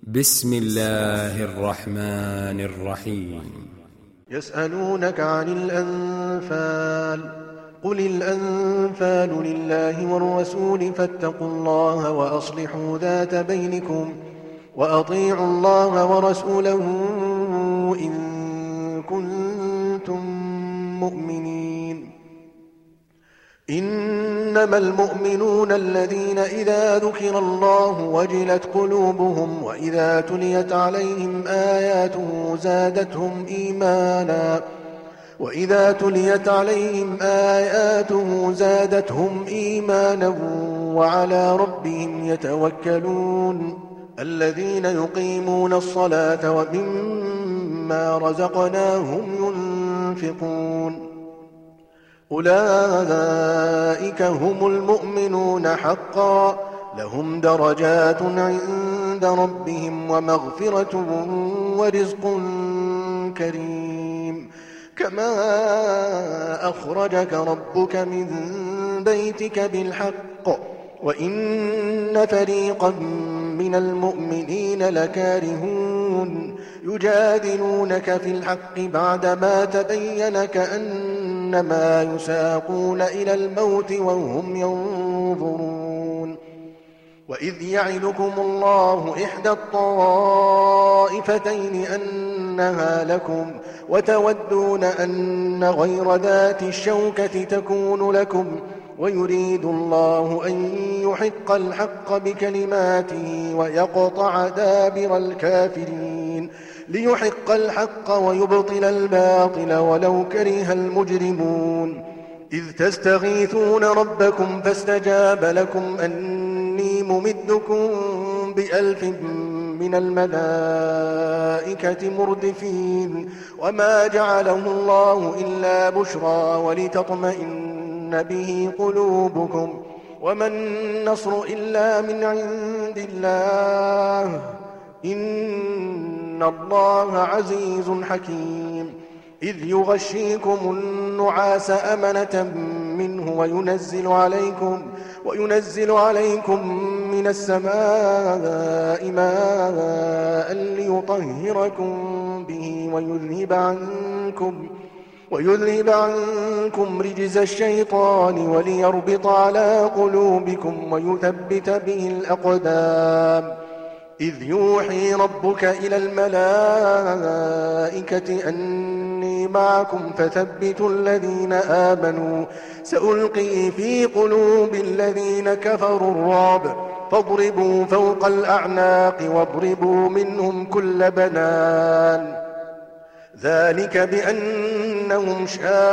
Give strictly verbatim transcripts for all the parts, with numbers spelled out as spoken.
بسم الله الرحمن الرحيم. يسألونك عن الأنفال قل الأنفال لله والرسول فاتقوا الله وأصلحوا ذات بينكم وأطيعوا الله ورسوله إن كنتم مؤمنين. إنما المؤمنون الذين إذا ذكر الله وجلت قلوبهم وإذا تليت عليهم آياته زادتهم إيمانا وإذا تليت عليهم آياته زادتهم إيمانا وعلى ربهم يتوكلون. الذين يقيمون الصلاة ومما رزقناهم ينفقون أولئك هم المؤمنون حقا لهم درجات عند ربهم ومغفرة ورزق كريم. كما أخرجك ربك من بيتك بالحق وإن فريقا من المؤمنين لكارهون يجادلونك في الحق بعدما تبين كأنما يساقون إلى الموت وهم ينظرون. وإذ يعدكم الله إحدى الطائفتين أنها لكم وتودون أن غير ذات الشوكة تكون لكم ويريد الله أن يحق الحق بكلماته ويقطع دابر الكافرين ليحق الحق ويبطل الباطل ولو كره المجرمون. إذ تستغيثون ربكم فاستجاب لكم أني ممدكم بألف من الملائكة مردفين وما جعله الله إلا بشرى ولتطمئن به قلوبكم وما النصر إلا من عند الله إن الله عزيز حكيم. إذ يغشيكم النعاس أمنة منه وينزل عليكم وينزل عليكم من السماء ماء ليطهركم به ويذهب عنكم ويذهب عنكم رجز الشيطان وليربط على قلوبكم ويثبت به الأقدام. إذ يوحي ربك إلى الملائكة أني معكم فثبتوا الذين آمنوا سألقي في قلوب الذين كفروا الرعب فاضربوا فوق الأعناق واضربوا منهم كل بنان. ذلك بأنهم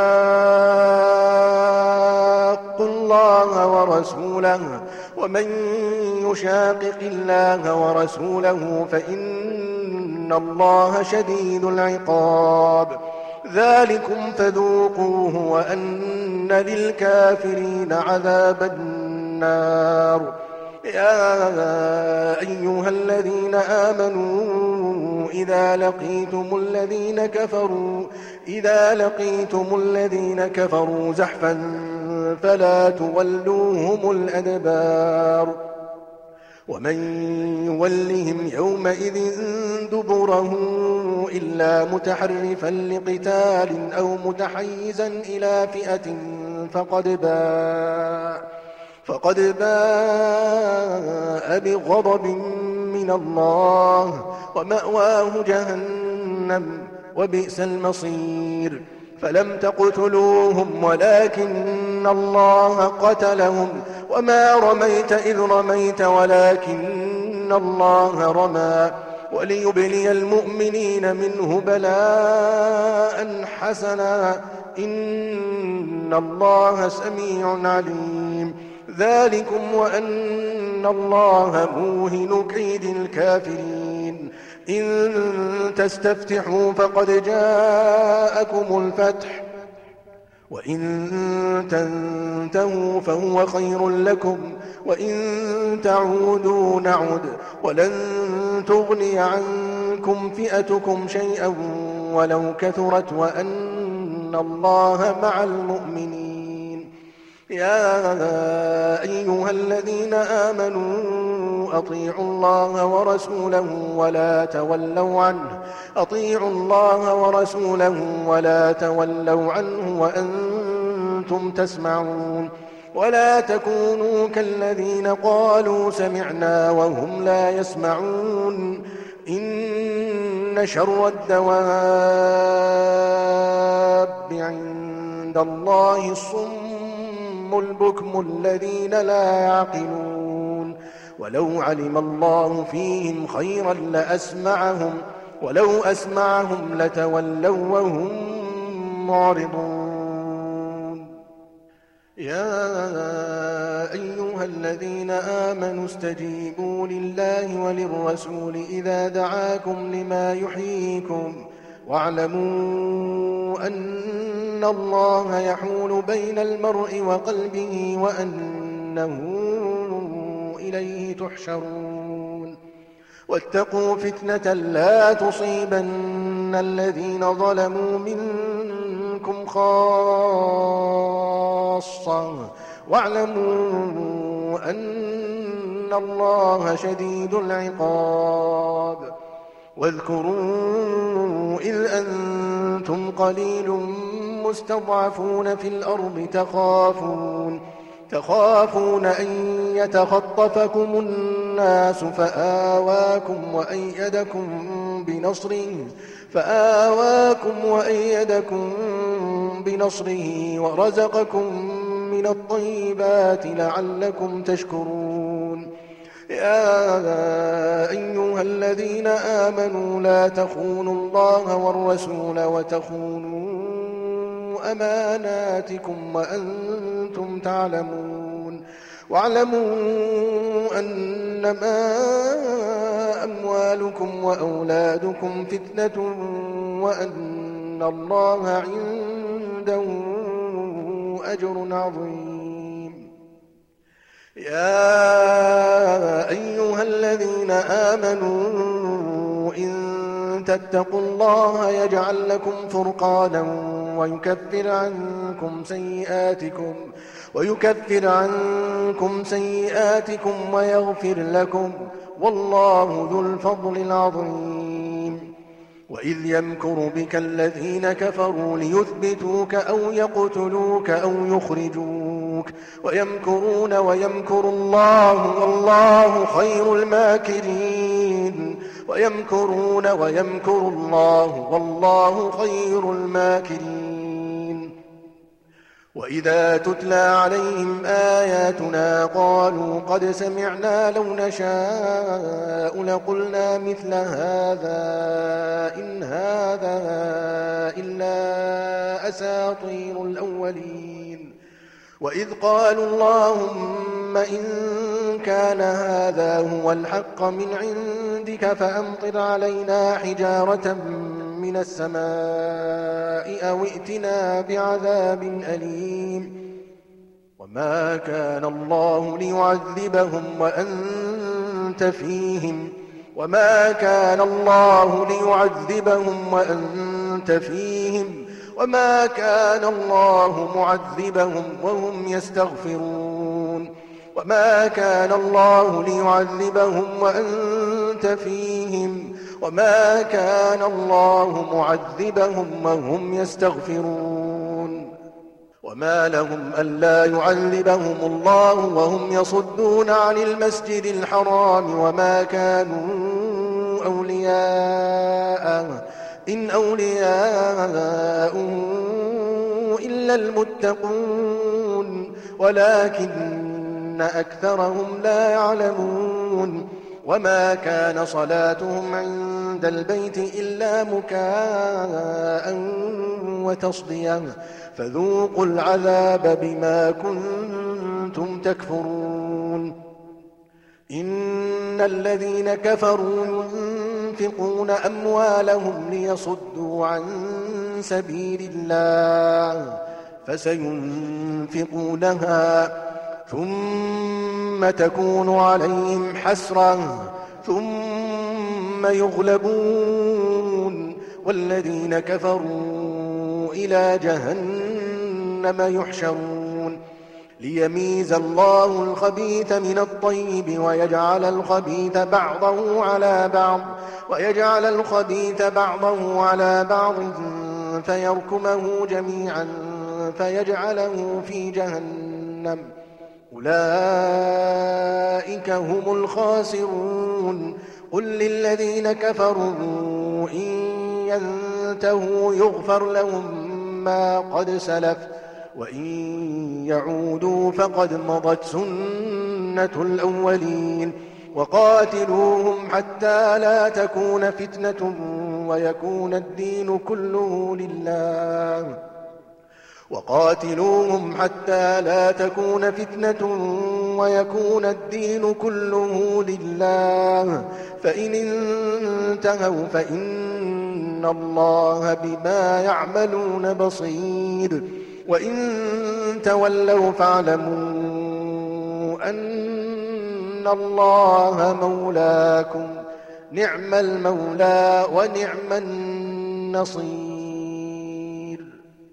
شاقوا الله ورسوله ومن يشاقق الله ورسوله فإن الله شديد العقاب. ذلكم فذوقوه وأن للكافرين عذاب النار. يا أيها الذين آمنوا إذا لقيتم الذين كفروا إذا لقيتم الذين كفروا زحفا فلا تولوهم الأدبار ومن يولهم يومئذ دبره إلا متحرفا لقتال أو متحيزا إلى فئة فقد باء فقد باء بغضب من الله ومأواه جهنم وبئس المصير. فلم تقتلوهم ولكن الله قتلهم وما رميت إذ رميت ولكن الله رمى وليبلي المؤمنين منه بلاء حسنا إن الله سميع عليم. ذلكم وأن الله موهن كيد الكافرين. إن تستفتحوا فقد جاءكم الفتح وإن تنتهوا فهو خير لكم وإن تعودوا نعد ولن تغني عنكم فئتكم شيئا ولو كثرت وأن الله مع المؤمنين. يا أيها الذين آمنوا أطيعوا الله ورسوله ولا تولوا عنه أطيعوا الله ورسوله ولا تولوا عنه وأنتم تسمعون ولا تكونوا كالذين قالوا سمعنا وهم لا يسمعون إن شر الدواب عند الله الصم البكم الذين لا يعقلون ولو علم الله فيهم خيرا لأسمعهم ولو أسمعهم لتولوا وهم معرضون يا أيها الذين آمنوا استجيبوا لله وللرسول إذا دعاكم لما يحييكم واعلموا أن الله يحول بين المرء وقلبه وأنه إليه تحشرون واتقوا فتنة لا تصيبن الذين ظلموا منكم خاصة واعلموا أن الله شديد العقاب واذكروا إذ أنتم قليل مستضعفون في الأرض تخافون تخافون أن يتخطفكم الناس فآواكم وأيدكم بنصره فآواكم وأيدكم بنصره ورزقكم من الطيبات لعلكم تشكرون يا أيها الذين آمنوا لا تخونوا الله والرسول وتخونوا أماناتكم وأنتم تعلمون واعلموا أنما أموالكم وأولادكم فتنة وأن الله عنده أجر عظيم يا أيها الذين آمنوا إن تتقوا الله يجعل لكم فرقانا ويكفر عنكم سيئاتكم ويكفر عنكم سيئاتكم ويغفر لكم والله ذو الفضل العظيم وإذ يمكر بك الذين كفروا ليثبتوك أو يقتلوك أو يخرجوك ويمكرون ويمكر الله والله خير الماكرين ويمكرون ويمكر الله والله خير الماكرين وإذا تتلى عليهم آياتنا قالوا قد سمعنا لو نشاء لقلنا مثل هذا إن هذا إلا أساطير الأولين وإذ قالوا اللهم إن كان هذا هو الحق من عندك فأمطر علينا حجارة من السماء أو ائتنا بعذاب أليم وما كان الله ليعذبهم وأنت فيهم وما كان الله ليعذبهم وأنت فيهم وما كان الله معذبهم وهم يستغفرون وما كان الله ليعذبهم وأنت فيهم وما كان الله معذبهم وهم يستغفرون وما لهم ألا يعذبهم الله وهم يصدون عن المسجد الحرام وما كانوا أولياءه إن أولياءه إلا المتقون ولكن أكثرهم لا يعلمون وما كان صلاتهم عند البيت إلا مكاء وتصديا فذوقوا العذاب بما كنتم تكفرون إن الذين كفروا ينفقون أموالهم ليصدوا عن سبيل الله فسينفقونها ثم تكون عليهم حسرة ثم يغلبون والذين كفروا إلى جهنم يحشرون ليميز الله الخبيث من الطيب ويجعل الخبيث بعضه على بعض ويجعل الخبيث بعضه على بعض فيركمه جميعا فيجعله في جهنم أولئك هم الخاسرون قل للذين كفروا إن ينتهوا يغفر لهم ما قد سلف وإن يعودوا فقد مضت سنة الأولين وقاتلوهم حتى لا تكون فتنة ويكون الدين كله لله وقاتلوهم حتى لا تكون فتنة ويكون الدين كله لله فإن انتهوا فإن الله بما يعملون بصير وإن تولوا فاعلموا أن الله مولاكم نعم المولى ونعم النصير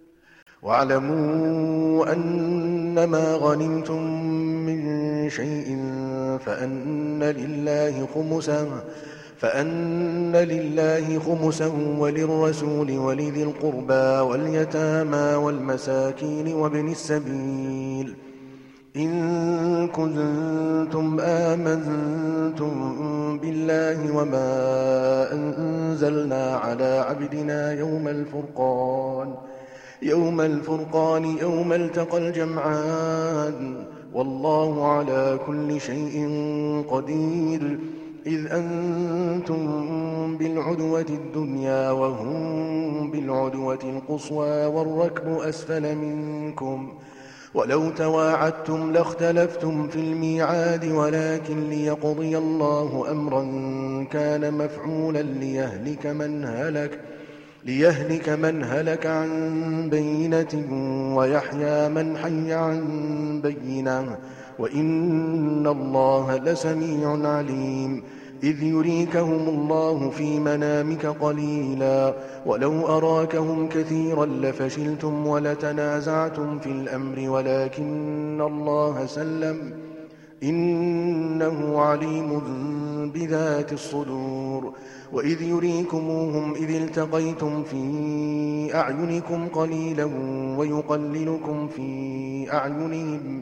واعلموا أنما غنمتم من شيء فأن لله خمسه فأن لله خمسه وللرسول ولذي القربى واليتامى والمساكين وابن السبيل إن كنتم آمنتم بالله وما أنزلنا على عبدنا يوم الفرقان يوم الفرقان يوم التقى الجمعان والله على كل شيء قدير إذ أنتم بالعدوة الدنيا وهم بالعدوة القصوى والركب أسفل منكم ولو تواعدتم لاختلفتم في الميعاد ولكن ليقضي الله أمرا كان مفعولا ليهلك من هلك ليهلك من هلك عن بينة ويحيى من حي عن بينة وإن الله لسميع عليم إذ يريكهم الله في منامك قليلا ولو أراكهم كثيرا لفشلتم ولتنازعتم في الأمر ولكن الله سلم إنه عليم بذات الصدور وإذ يريكموهم إذ التقيتم في أعينكم قليلا ويقللكم في أعينهم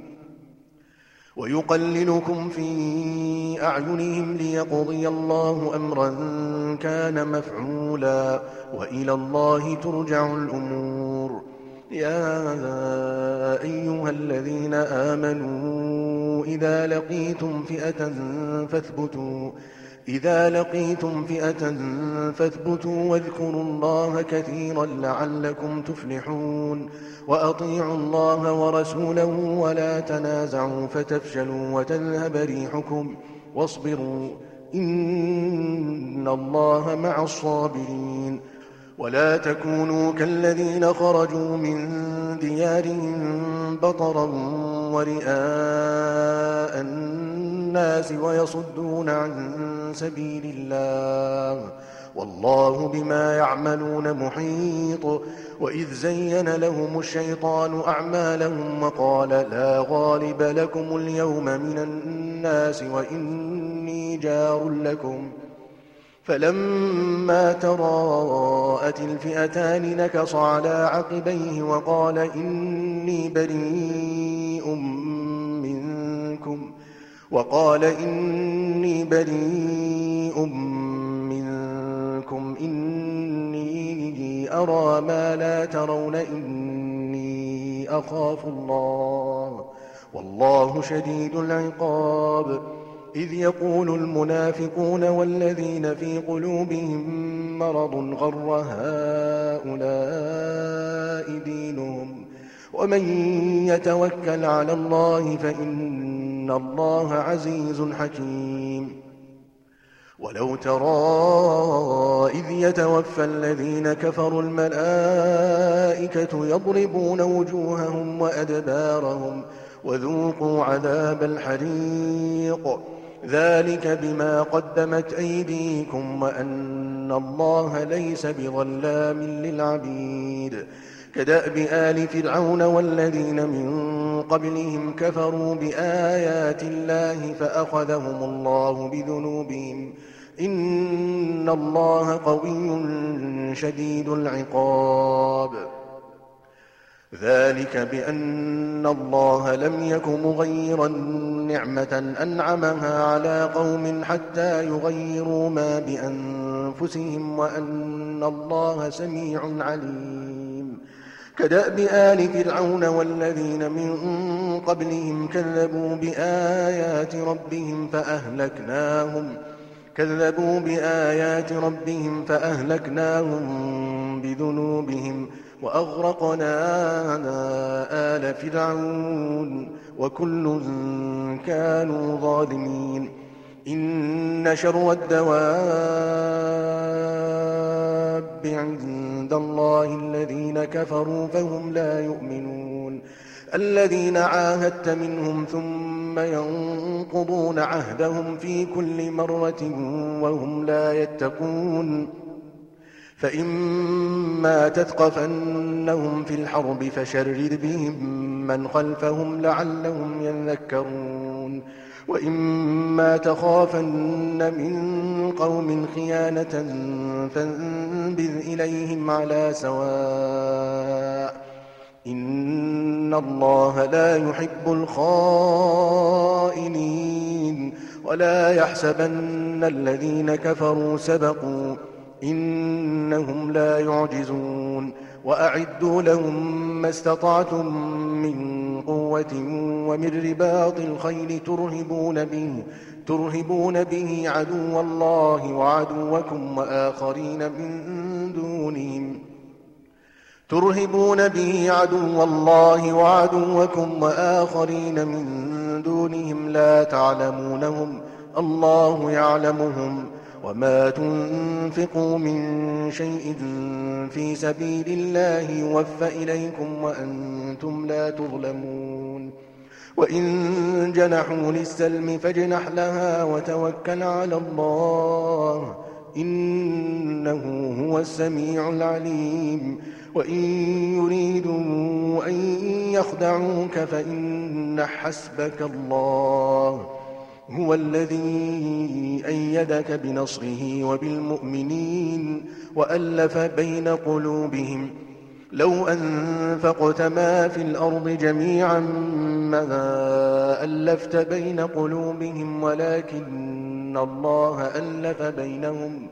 ويقللكم في أعينهم ليقضي الله أمرا كان مفعولا وإلى الله ترجع الأمور يا أيها الذين آمنوا إذا لقيتم فئة فاثبتوا إذا لقيتم فئة فاثبتوا واذكروا الله كثيرا لعلكم تفلحون وأطيعوا الله ورسوله ولا تنازعوا فتفشلوا وتذهب ريحكم واصبروا إن الله مع الصابرين ولا تكونوا كالذين خرجوا من ديارهم بطرا ورئاء الناس ويصدون عن سبيل الله والله بما يعملون محيط وإذ زين لهم الشيطان أعمالهم وقال لا غالب لكم اليوم من الناس وإني جار لكم فلما تراءت الفئتان نكص على عقبيه وقال إني بريء منكم وقال إني بريء منكم إني أرى ما لا ترون إني أخاف الله والله شديد العقاب إذ يقول المنافقون والذين في قلوبهم مرض غر هؤلاء دينهم ومن يتوكل على الله فإن الله عزيز حكيم ولو ترى إذ يتوفى الذين كفروا الملائكة يضربون وجوههم وأدبارهم وذوقوا عذاب الحريق ذلك بما قدمت أيديكم وأن الله ليس بظلام للعبيد كدأب آل فرعون والذين من قبلهم كفروا بآيات الله فأخذهم الله بذنوبهم إن الله قوي شديد العقاب. ذلك بأن الله لم يك مغيرا نعمة أنعمها على قوم حتى يغيروا ما بأنفسهم وأن الله سميع عليم. كدأب آل فرعون والذين من قبلهم كذبوا بآيات ربهم فأهلكناهم كذبوا بآيات ربهم فأهلكناهم بذنوبهم وأغرقنا آل فرعون وكل كانوا ظالمين. إن شر الدواب عند الله الذين كفروا فهم لا يؤمنون. الذين عاهدت منهم ثم ينقضون عهدهم في كل مرة وهم لا يتقون. فإما تثقفنهم في الحرب فشرد بهم من خلفهم لعلهم يذكرون. وإما تخافن من قوم خيانة فانبذ إليهم على سواء إن الله لا يحب الخائنين. ولا يحسبن الذين كفروا سبقوا إنهم لا يعجزون. وأعدوا لهم ما استطعتم من قوة ومن رباط الخيل ترهبون به, ترهبون به عدو الله وعدوكم وآخرين من دونهم ترهبون به عدو الله وعدوكم وآخرين من دونهم لا تعلمونهم الله يعلمهم. وما تنفقوا من شيء في سبيل الله يوفى إليكم وأنتم لا تظلمون. وإن جنحوا للسلم فاجنح لها وتوكل على الله إنه هو السميع العليم. وإن يريدوا أن يخدعوك فإن حسبك الله هو الذي أيدك بنصره وبالمؤمنين وألف بين قلوبهم. لو أنفقت ما في الأرض جميعا ما ألفت بين قلوبهم ولكن الله ألف بينهم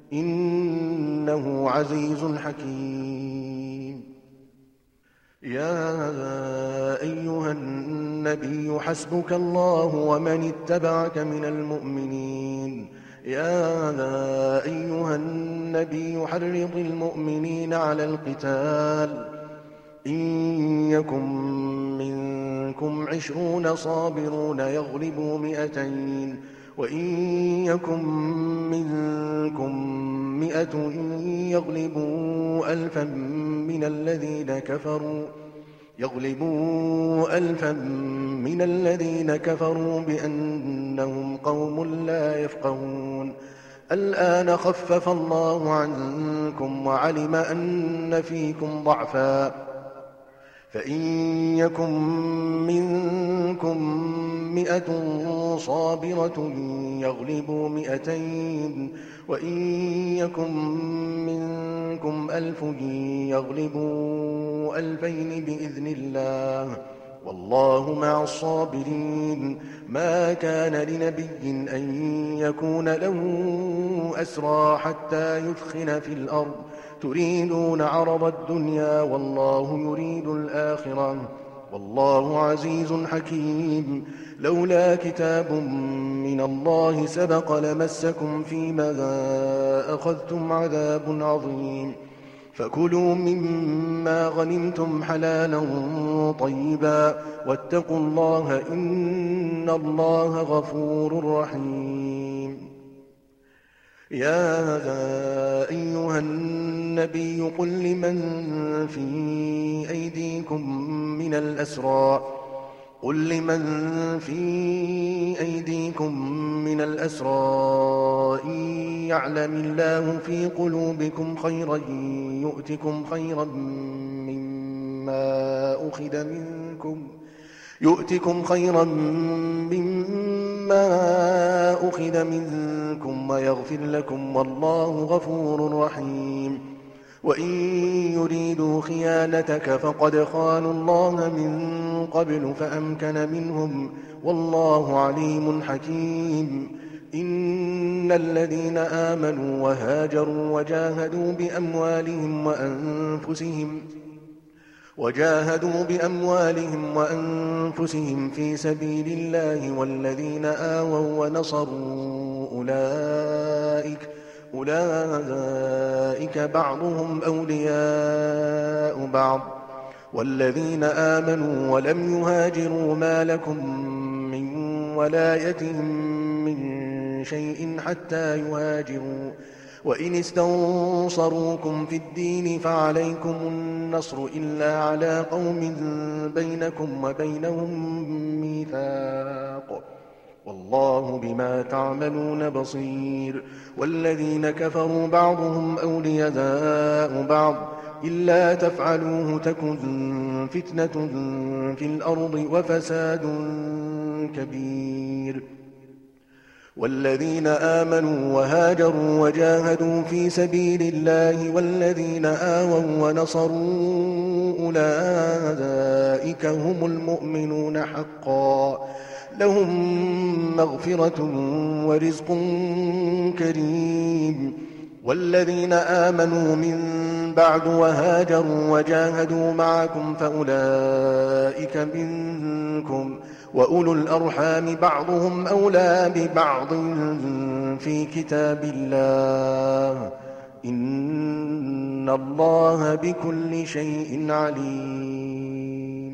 إنه عزيز حكيم. يا أيها النبي حسبك الله ومن اتبعك من المؤمنين. يا أيها النبي حرض المؤمنين على القتال إن يكن منكم عشرون صابرون يغلبوا مئتين وإن يكن منكم مئة يغلبوا ألفا من الذين كفروا يغلبوا ألفا من الذين كفروا بأنهم قوم لا يفقهون. الآن خفف الله عنكم وعلم أن فيكم ضعفا فإن يكن منكم مئة صابرة يغلبوا مئتين وإن يكن منكم ألف يغلبوا ألفين بإذن الله والله مع الصابرين. ما كان لنبي أن يكون له أسرى حتى يثخن في الأرض تريدون عرض الدنيا والله يريد الآخرة والله عزيز حكيم. لولا كتاب من الله سبق لمسكم فيما أخذتم عذاب عظيم. فكلوا مما غنمتم حلالا طيبا واتقوا الله إن الله غفور رحيم. يا أيها النبي قل لمن في أيديكم من الأسرى قل لمن في أيديكم من الأسرى إن يعلم الله في قلوبكم خيرا يؤتكم خيرا مما مما أخذ منكم يؤتكم خيرا مما أخذ منكم ويغفر لكم والله غفور رحيم وإن يريدوا خيانتك فقد خانوا الله من قبل فأمكن منهم والله عليم حكيم إن الذين آمنوا وهاجروا وجاهدوا بأموالهم وأنفسهم وجاهدوا بأموالهم وأنفسهم في سبيل الله والذين آووا ونصروا أولئك أولئك بعضهم أولياء بعض والذين آمنوا ولم يهاجروا ما لكم من ولايتهم من شيء حتى يهاجروا وإن استنصروكم في الدين فعليكم النصر إلا على قوم بينكم وبينهم ميثاق والله بما تعملون بصير والذين كفروا بعضهم أولياء بعض إلا تفعلوه تكن فتنة في الأرض وفساد كبير والذين آمنوا وهاجروا وجاهدوا في سبيل الله والذين آووا ونصروا أولئك هم المؤمنون حقا لهم مغفرة ورزق كريم والذين آمنوا من بعد وهاجروا وجاهدوا معكم فأولئك منكم وأولو الأرحام بعضهم أولى ببعض في كتاب الله إن الله بكل شيء عليم